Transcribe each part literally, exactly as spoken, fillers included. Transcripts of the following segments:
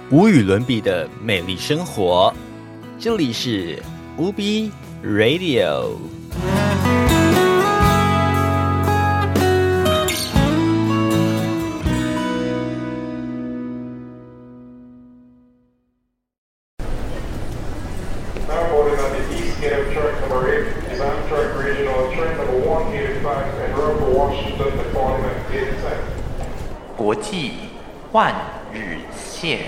无与伦比的美丽生活。这里是 U B Radio。 国际换日线。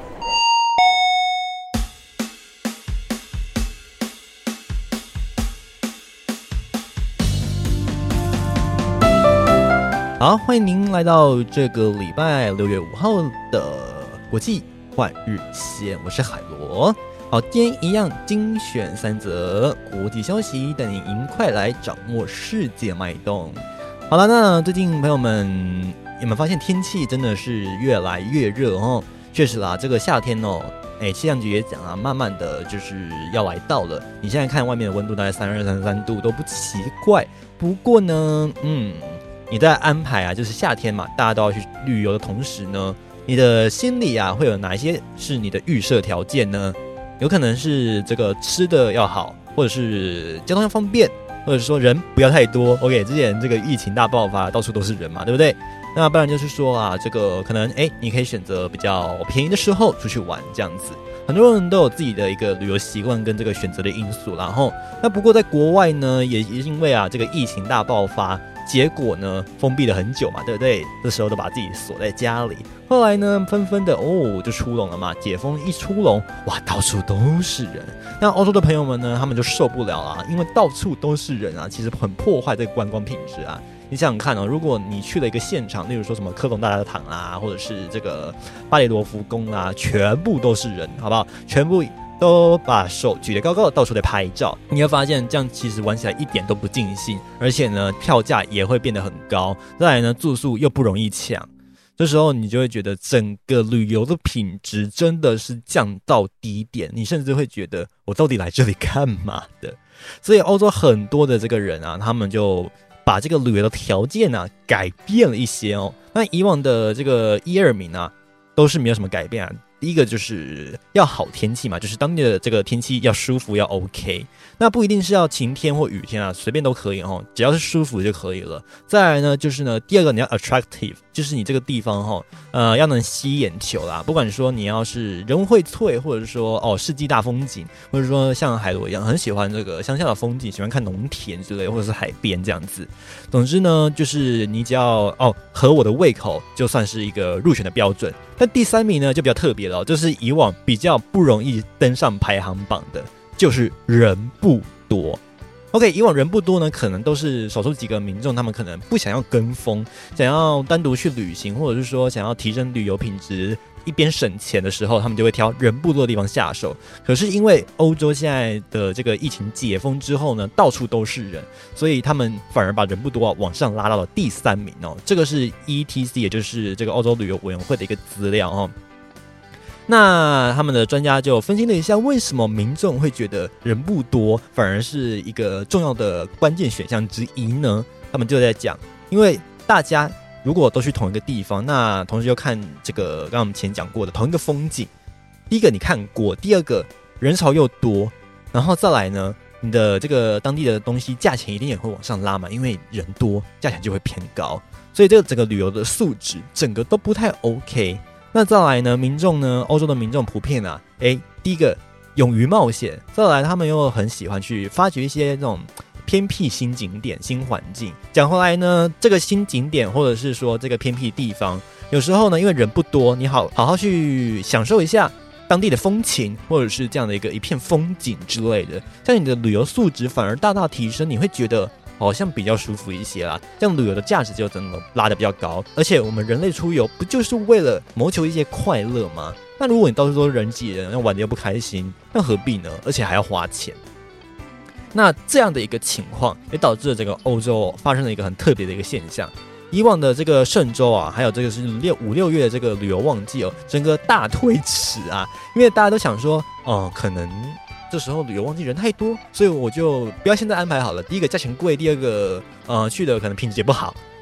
好，欢迎您来到这个礼拜六月五号的国际换日线，我是海螺。好，今天一样精选三则国际消息，带您快来掌握世界脉动。好了，那最近朋友们有没有发现天气真的是越来越热哦？确实啦，这个夏天哦，哎，气象局也讲啊，慢慢的就是要来到了。你现在看外面的温度大概三二三三度都不奇怪。不过呢，嗯，你在安排啊，就是夏天嘛，大家都要去旅游的同时呢，你的心里啊会有哪一些是你的预设条件呢？有可能是这个吃的要好，或者是交通要方便。或者说人不要太多 ，OK， 之前这个疫情大爆发，到处都是人嘛，对不对？那不然就是说啊，这个可能哎，你可以选择比较便宜的时候出去玩，这样子。很多人都有自己的一个旅游习惯跟这个选择的因素，然后那不过在国外呢，也也因为啊这个疫情大爆发，结果呢封闭了很久嘛，对不对？这时候都把自己锁在家里，后来呢纷纷的哦就出笼了嘛，解封一出笼，哇，到处都是人。那欧洲的朋友们呢，他们就受不了啦，因为到处都是人啊，其实很破坏这个观光品质啊。你想想看哦，如果你去了一个现场，例如说什么科隆大教堂啦，或者是这个巴黎罗浮宫啦，全部都是人，好不好？全部都把手举得高高的，到处在拍照。你会发现这样其实玩起来一点都不尽兴，而且呢，票价也会变得很高。再来呢，住宿又不容易抢。这时候你就会觉得整个旅游的品质真的是降到低点，你甚至会觉得我到底来这里干嘛的？所以欧洲很多的这个人啊，他们就把这个旅游的条件啊改变了一些哦。那以往的这个一二名啊，都是没有什么改变啊。第一个就是要好天气嘛，就是当地的这个天气要舒服，要 OK。那不一定是要晴天或雨天啊，随便都可以哦，只要是舒服就可以了。再来呢，就是呢，第二个你要 attractive， 就是你这个地方哈，呃，要能吸眼球啦。不管说你要是人文荟萃，或者说哦世纪大风景，或者说像海螺一样很喜欢这个乡下的风景，喜欢看农田之类，或者是海边这样子。总之呢，就是你只要哦合我的胃口，就算是一个入选的标准。但第三名呢就比较特别了，就是以往比较不容易登上排行榜的，就是人不多。OK， 以往人不多呢，可能都是少数几个民众，他们可能不想要跟风，想要单独去旅行，或者是说想要提升旅游品质，一边省钱的时候，他们就会挑人不多的地方下手。可是因为欧洲现在的这个疫情解封之后呢，到处都是人，所以他们反而把人不多啊往上拉到了第三名哦。这个是 E T C， 也就是这个欧洲旅游委员会的一个资料哦。那他们的专家就分析了一下，为什么民众会觉得人不多反而是一个重要的关键选项之一呢？他们就在讲，因为大家如果都去同一个地方，那同时又看这个刚刚我们前讲过的同一个风景，第一个你看过，第二个人潮又多，然后再来呢，你的这个当地的东西价钱一定也会往上拉嘛，因为人多，价钱就会偏高，所以这个整个旅游的素质整个都不太 OK。那再来呢，民众呢，欧洲的民众普遍啊，哎，第一个勇于冒险，再来他们又很喜欢去发掘一些那种偏僻新景点、新环境。讲回来呢，这个新景点或者是说这个偏僻地方，有时候呢，因为人不多，你好好好去享受一下当地的风情，或者是这样的一个一片风景之类的，像你的旅游素质反而大大提升，你会觉得好像比较舒服一些啦，这样旅游的价值就真的拉得比较高。而且我们人类出游不就是为了谋求一些快乐吗？那如果你到处都是人挤人，玩得又不开心，那何必呢？而且还要花钱。那这样的一个情况也导致了这个欧洲发生了一个很特别的一个现象。以往的这个圣周啊，还有这个是六五六月的这个旅游旺季哦，整个大推迟啊，因为大家都想说，哦、呃，可能这时候旅游旺季人太多，所以我就不要现在安排好了。第一个价钱贵，第二个呃去的可能品质也不好，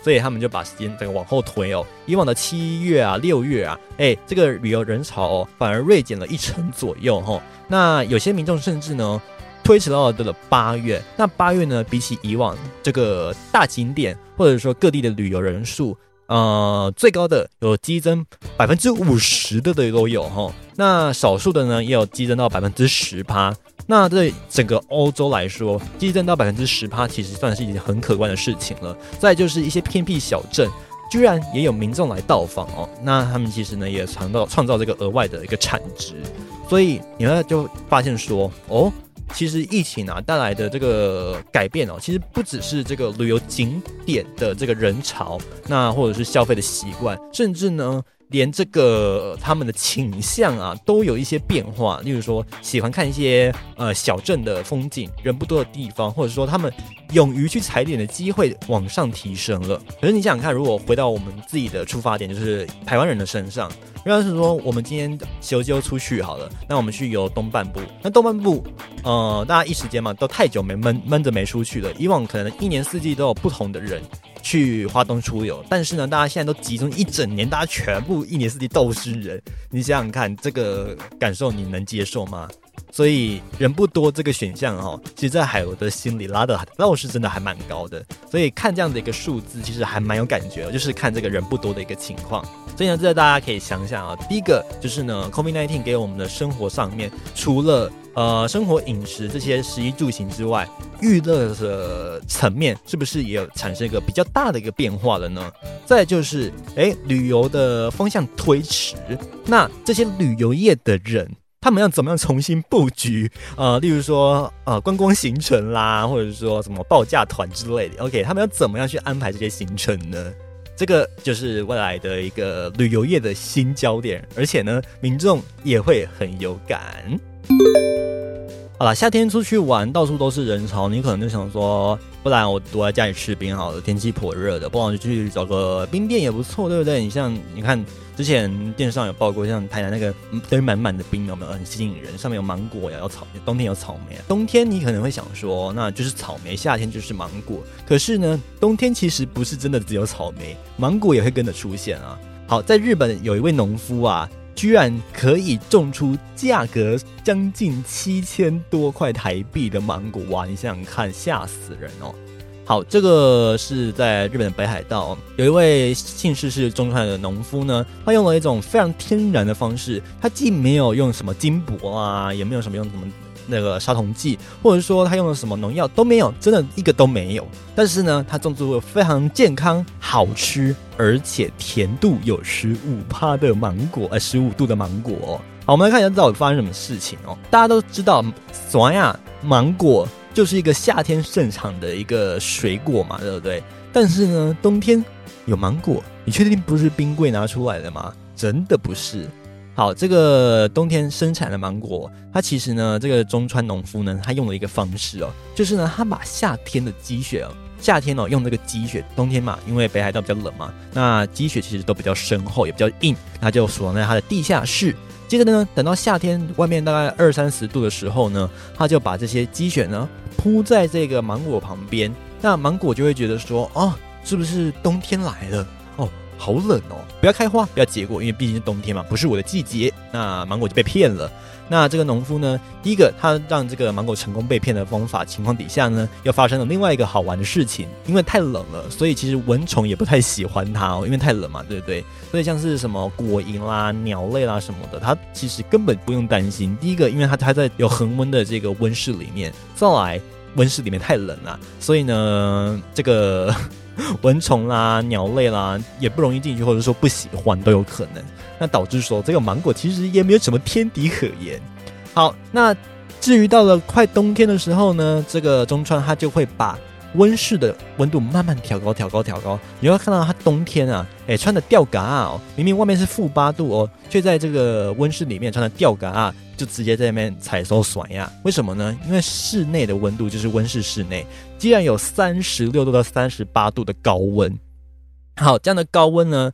所以他们就把时间这个往后推哦。以往的七月啊、六月啊，哎，这个旅游人潮哦反而锐减了一成左右哈、哦。那有些民众甚至呢推迟到了八月。那八月呢，比起以往这个大景点或者说各地的旅游人数，呃，最高的有激增百分之五十的都有哈。那少数的呢也有激增到百分之十趴。那对整个欧洲来说，激增到百分之十趴，其实算是一件很可观的事情了。再就是一些偏僻小镇，居然也有民众来到访哦。那他们其实呢也创造创造这个额外的一个产值，所以你们就发现说，哦，其实疫情啊带来的这个改变哦，其实不只是这个旅游景点的这个人潮，那或者是消费的习惯，甚至呢。连这个他们的倾向啊，都有一些变化。例如说，喜欢看一些呃小镇的风景，人不多的地方，或者说他们勇于去踩点的机会往上提升了。可是你想想看，如果回到我们自己的出发点，就是台湾人的身上，要是说我们今天休休出去好了，那我们去游东半部，那东半部呃大家一时间嘛都太久没闷闷着没出去了，以往可能一年四季都有不同的人去花东出游，但是呢，大家现在都集中一整年，大家全部一年四季都是人，你想想看，这个感受你能接受吗？所以人不多这个选项哦，其实在海螺的心里拉的倒是真的还蛮高的，所以看这样的一个数字，其实还蛮有感觉的，就是看这个人不多的一个情况。所以呢，这大家可以想想啊，第一个就是呢 ，COVID 十九 给我们的生活上面，除了呃生活饮食这些食衣住行之外，娱乐的层面是不是也有产生一个比较大的一个变化了呢？再就是，哎，旅游的方向推迟，那这些旅游业的人。他们要怎么样重新布局？呃，例如说，呃，观光行程啦，或者说什么报价团之类的。OK， 他们要怎么样去安排这些行程呢？这个就是未来的一个旅游业的新焦点，而且呢，民众也会很有感。好啦，夏天出去玩，到处都是人潮，你可能就想说，不然我躲在家里吃冰好了，天气颇热的，不然我就去找个冰店也不错，对不对？你像你看。之前电视上有报过，像台南那个堆满满的冰，有没有很吸引人？上面有芒果呀，有草，冬天有草莓啊。冬天你可能会想说，那就是草莓；夏天就是芒果。可是呢，冬天其实不是真的只有草莓，芒果也会跟着出现啊。好，在日本有一位农夫啊，居然可以种出价格将近七千多块台币的芒果，哇！你想想看，吓死人哦。好，这个是在日本的北海道，有一位姓氏是中川的农夫呢，他用了一种非常天然的方式，他既没有用什么金箔啊，也没有什么用什么那个杀虫剂，或者说他用了什么农药都没有，真的一个都没有。但是呢，他种出了非常健康、好吃，而且甜度有十五趴的芒果，呃，十五度的芒果哦。好，我们来看一下到底发生什么事情哦。大家都知道，索亚芒果。就是一个夏天盛产的一个水果嘛，对不对？但是呢，冬天有芒果，你确定不是冰柜拿出来的吗？真的不是。好，这个冬天生产的芒果，它其实呢，这个中川农夫呢，他用了一个方式哦，就是呢，他把夏天的积雪哦，夏天哦用这个积雪，冬天嘛，因为北海道比较冷嘛，那积雪其实都比较深厚，也比较硬，那就锁在它的地下室。接着呢，等到夏天外面大概二三十度的时候呢，他就把这些积雪呢铺在这个芒果旁边，那芒果就会觉得说，哦，是不是冬天来了？哦，好冷哦，不要开花，不要结果，因为毕竟是冬天嘛，不是我的季节。那芒果就被骗了。那这个农夫呢，第一个他让这个芒果成功被骗的方法情况底下呢，又发生了另外一个好玩的事情。因为太冷了，所以其实蚊虫也不太喜欢它哦，因为太冷嘛，对不对？所以像是什么果蝇啦、鸟类啦什么的，它其实根本不用担心。第一个，因为它它在有恒温的这个温室里面，再来温室里面太冷了，所以呢，这个蚊虫啦、鸟类啦也不容易进去，或者说不喜欢都有可能。那导致说这个芒果其实也没有什么天敌可言。好，那至于到了快冬天的时候呢，这个中川它就会把温室的温度慢慢调高调高调高，你会看到它冬天啊，哎，穿的吊嘎啊、哦，明明外面是负八度哦，却在这个温室里面穿的吊嘎啊，就直接在那边采收甩呀。为什么呢？因为室内的温度就是温室室内，既然有三十六度到三十八度的高温。好，这样的高温呢，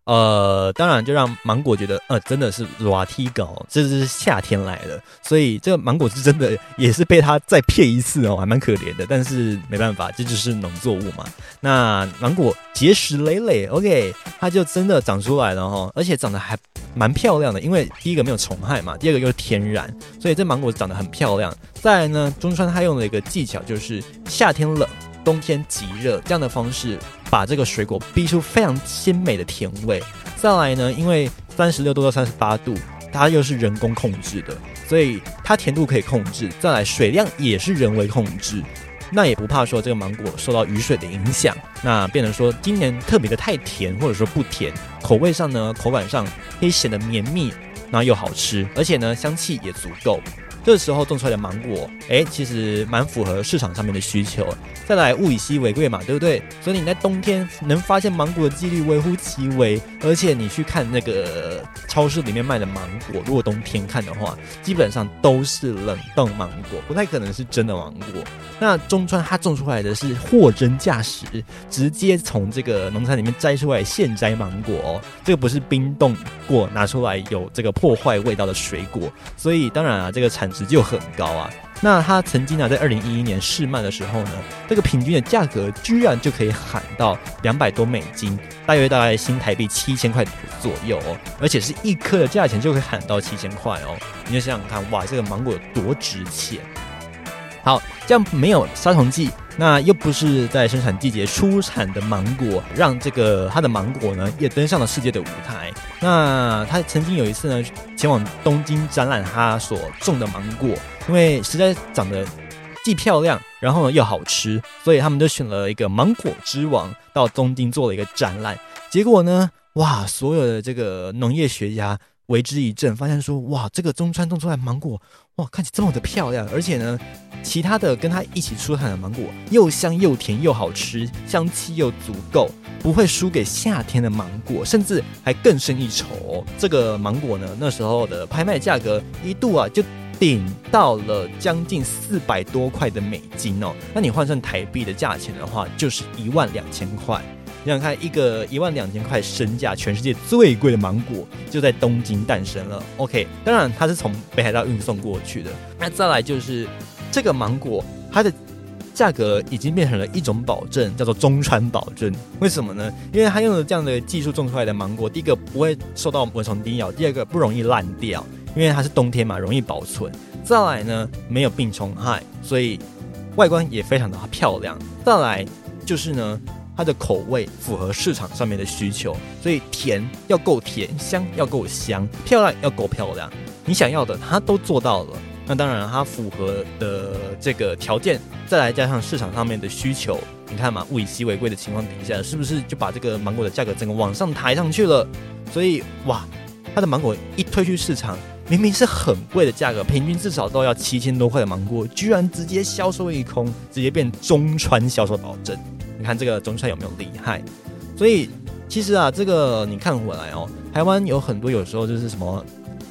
呃，当然就让芒果觉得，呃，真的是热天高，这是夏天来了，所以这个芒果汁真的也是被他再骗一次哦，还蛮可怜的。但是没办法，这就是农作物嘛。那芒果结实累累 ，OK， 它就真的长出来了哈，而且长得还蛮漂亮的，因为第一个没有虫害嘛，第二个又是天然，所以这芒果长得很漂亮。再来呢，中川他用了一个技巧，就是夏天冷，冬天极热这样的方式，把这个水果逼出非常鲜美的甜味。再来呢，因为三十六度到三十八度，它又是人工控制的，所以它甜度可以控制。再来水量也是人为控制，那也不怕说这个芒果受到雨水的影响，那变成说今年特别的太甜或者说不甜，口味上呢口感上可以显得绵密，然后又好吃，而且呢香气也足够。这时候种出来的芒果，哎，其实蛮符合市场上面的需求。再来物以稀为贵嘛，对不对？所以你在冬天能发现芒果的几率微乎其微，而且你去看那个超市里面卖的芒果，如果冬天看的话，基本上都是冷冻芒果，不太可能是真的芒果。那中川它种出来的是货真价实，直接从这个农场里面摘出来现摘芒果哦，这个不是冰冻过拿出来有这个破坏味道的水果，所以当然啊，这个产值就很高啊。那它曾经啊，在二零一一年试卖的时候呢，这个平均的价格居然就可以喊到两百多美金，大约大概新台币七千块左右哦，而且是一颗的价钱就可以喊到七千块哦，你就想想看，哇，这个芒果有多值钱！好，这样没有杀虫剂，那又不是在生产季节出产的芒果，让这个它的芒果呢也登上了世界的舞台。那他曾经有一次呢，前往东京展览他所种的芒果，因为实在长得既漂亮，然后呢又好吃，所以他们就选了一个芒果之王到东京做了一个展览。结果呢，哇，所有的这个农业学家为之一振，发现说，哇，这个中川种出来的芒果，哇，看起来这么的漂亮，而且呢，其他的跟它一起出产的芒果又香又甜又好吃，香气又足够，不会输给夏天的芒果，甚至还更胜一筹哦。这个芒果呢，那时候的拍卖价格一度啊就顶到了将近四百多块的美金哦，那你换算台币的价钱的话，就是一万两千块。你想看一个一万两千块身价，全世界最贵的芒果就在东京诞生了。OK， 当然它是从北海道运送过去的。那再来就是这个芒果，它的价格已经变成了一种保证，叫做中川保证。为什么呢？因为它用了这样的技术种出来的芒果，第一个不会受到蚊虫叮咬，第二个不容易烂掉，因为它是冬天嘛，容易保存。再来呢，没有病虫害，所以外观也非常的漂亮。再来就是呢，它的口味符合市场上面的需求，所以甜要够甜，香要够香，漂亮要够漂亮，你想要的它都做到了。那当然它符合的这个条件，再来加上市场上面的需求，你看嘛，物以稀为贵的情况底下，是不是就把这个芒果的价格整个往上抬上去了？所以哇，它的芒果一推去市场，明明是很贵的价格，平均至少都要七千多块的芒果，居然直接销售一空，直接变中川销售保证。你看这个中川有没有厉害？所以其实啊，这个你看回来哦，台湾有很多有时候就是什么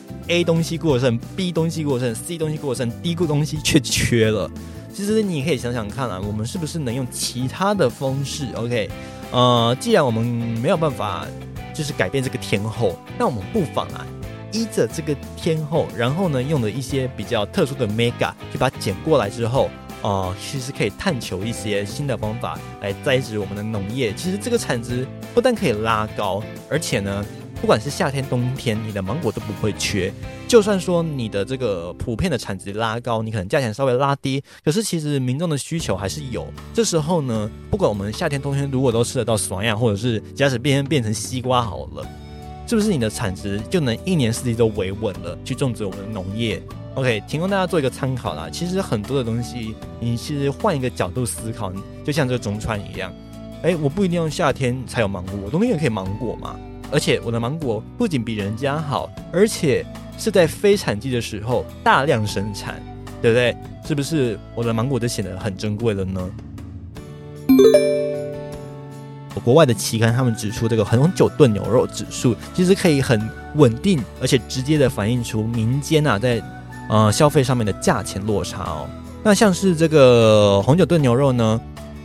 A 东西过剩 ，B 东西过剩 ，C 东西过剩 ，D 东西却缺了。其实你可以想想看啊，我们是不是能用其他的方式 ？OK， 呃，既然我们没有办法就是改变这个天候，那我们不妨啊，依着这个天候，然后呢，用了一些比较特殊的 mega 去把它捡过来之后。哦、呃，其实可以探求一些新的方法来栽植我们的农业。其实这个产值不但可以拉高，而且呢，不管是夏天、冬天，你的芒果都不会缺。就算说你的这个普遍的产值拉高，你可能价钱稍微拉低，可是其实民众的需求还是有。这时候呢，不管我们夏天、冬天如果都吃得到爽呀，或者是假使变变成西瓜好了，是不是你的产值就能一年四季都维稳了？去种植我们的农业。OK， 提供大家做一个参考啦。其实很多的东西，你其实换一个角度思考，就像这个中川一样，哎，我不一定要夏天才有芒果，我冬天也可以芒果嘛。而且我的芒果不仅比人家好，而且是在非产季的时候大量生产，对不对？是不是我的芒果就显得很珍贵了呢？国外的期刊他们指出，这个红酒炖牛肉指数其实可以很稳定，而且直接的反映出民间啊在呃消费上面的价钱落差哦。那像是这个红酒炖牛肉呢，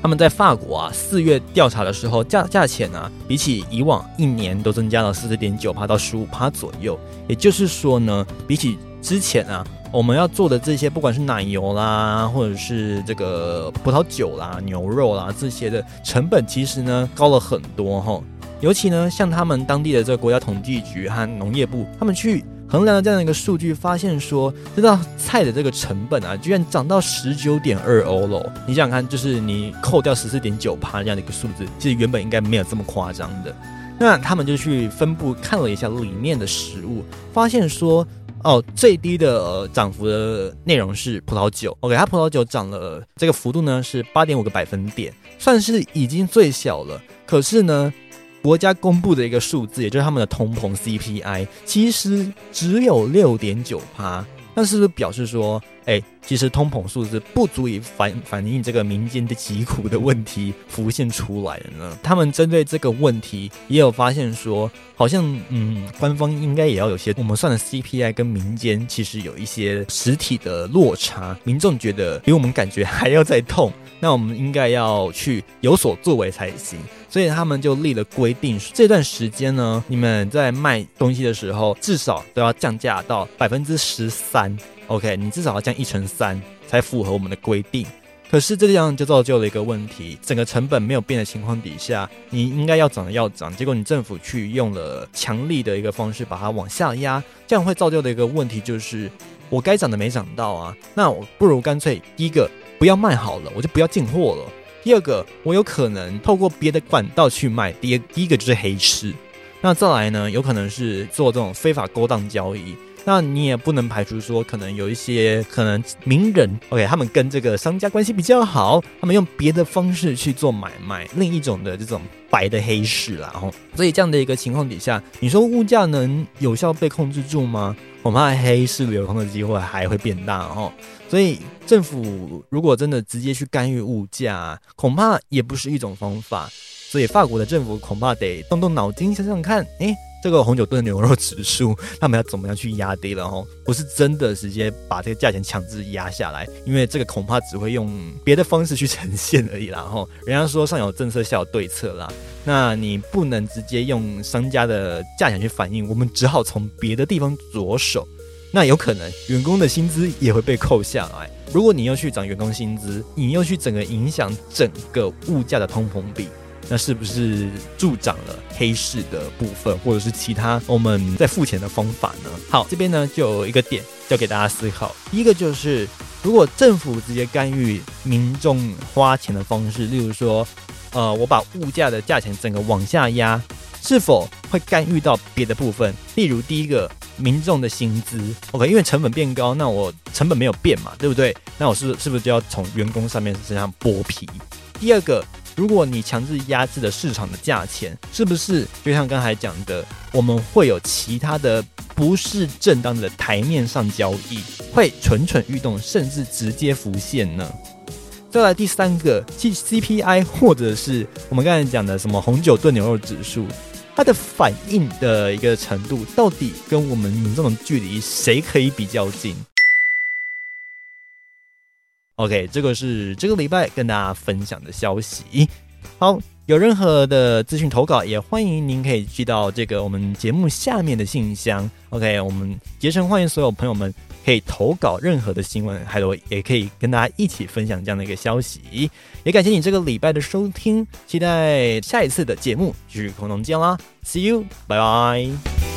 他们在法国啊四月调查的时候，价价钱啊比起以往一年都增加了 百分之四十点九 到 百分之十五 左右。也就是说呢，比起之前啊我们要做的这些，不管是奶油啦，或者是这个葡萄酒啦、牛肉啦这些的成本，其实呢高了很多齁。尤其呢，像他们当地的这个国家统计局和农业部，他们去衡量了这样的一个数据，发现说这道菜的这个成本啊，居然涨到 十九点二欧了。你想想看，就是你扣掉 百分之十四点九 这样的一个数字，其实原本应该没有这么夸张的。那他们就去分布看了一下里面的食物，发现说哦，最低的、呃、涨幅的内容是葡萄酒。OK， 它葡萄酒涨了这个幅度呢是 八点五个百分点，算是已经最小了。可是呢，国家公布的一个数字，也就是他们的通膨 C P I， 其实只有 六点九。那是不是表示说，哎、欸，其实通膨数字不足以反反映这个民间的疾苦的问题浮现出来了呢？他们针对这个问题也有发现说，好像嗯，官方应该也要有些我们算的 C P I 跟民间其实有一些实体的落差，民众觉得比我们感觉还要再痛，那我们应该要去有所作为才行。所以他们就立了规定，这段时间呢，你们在卖东西的时候，至少都要降价到 百分之十三。OK， 你至少要降一成三，才符合我们的规定。可是这样就造就了一个问题，整个成本没有变的情况底下，你应该要涨的要涨，结果你政府去用了强力的一个方式把它往下压，这样会造就的一个问题就是，我该涨的没涨到啊，那我不如干脆第一个不要卖好了，我就不要进货了。第二个，我有可能透过别的管道去卖。第第一个就是黑市，那再来呢，有可能是做这种非法勾当交易。那你也不能排除说，可能有一些可能名人 ，OK， 他们跟这个商家关系比较好，他们用别的方式去做买卖，另一种的这种白的黑市啦。所以这样的一个情况底下，你说物价能有效被控制住吗？恐怕黑市流通的机会还会变大哦。所以政府如果真的直接去干预物价，恐怕也不是一种方法。所以法国的政府恐怕得动动脑筋，想想看，哎，这个红酒炖牛肉指数，他们要怎么样去压低了哦？不是真的直接把这个价钱强制压下来，因为这个恐怕只会用别的方式去呈现而已啦。吼，人家说上有政策下有对策啦，那你不能直接用商家的价钱去反映，我们只好从别的地方着手。那有可能员工的薪资也会被扣下来。如果你又去涨员工薪资，你又去整个影响整个物价的通膨比，那是不是助长了黑市的部分，或者是其他我们在付钱的方法呢？好，这边呢就有一个点要给大家思考。第一个就是，如果政府直接干预民众花钱的方式，例如说，呃，我把物价的价钱整个往下压，是否会干预到别的部分？例如第一个，民众的薪资 ，OK， 因为成本变高，那我成本没有变嘛，对不对？那我是是不是就要从员工上面身上剥皮？第二个，如果你强制压制了市场的价钱，是不是就像刚才讲的，我们会有其他的不是正当的台面上交易，会蠢蠢欲动，甚至直接浮现呢？再来第三个 ，C P I 或者是我们刚才讲的什么红酒炖牛肉指数，它的反应的一个程度，到底跟我们民众的距离谁可以比较近？ OK， 这个是这个礼拜跟大家分享的消息。好，有任何的资讯投稿，也欢迎您可以寄到这个我们节目下面的信箱。OK， 我们竭诚欢迎所有朋友们可以投稿任何的新闻，还有也可以跟大家一起分享这样的一个消息。也感谢你这个礼拜的收听，期待下一次的节目继续空中见啦 ，See you， 拜拜。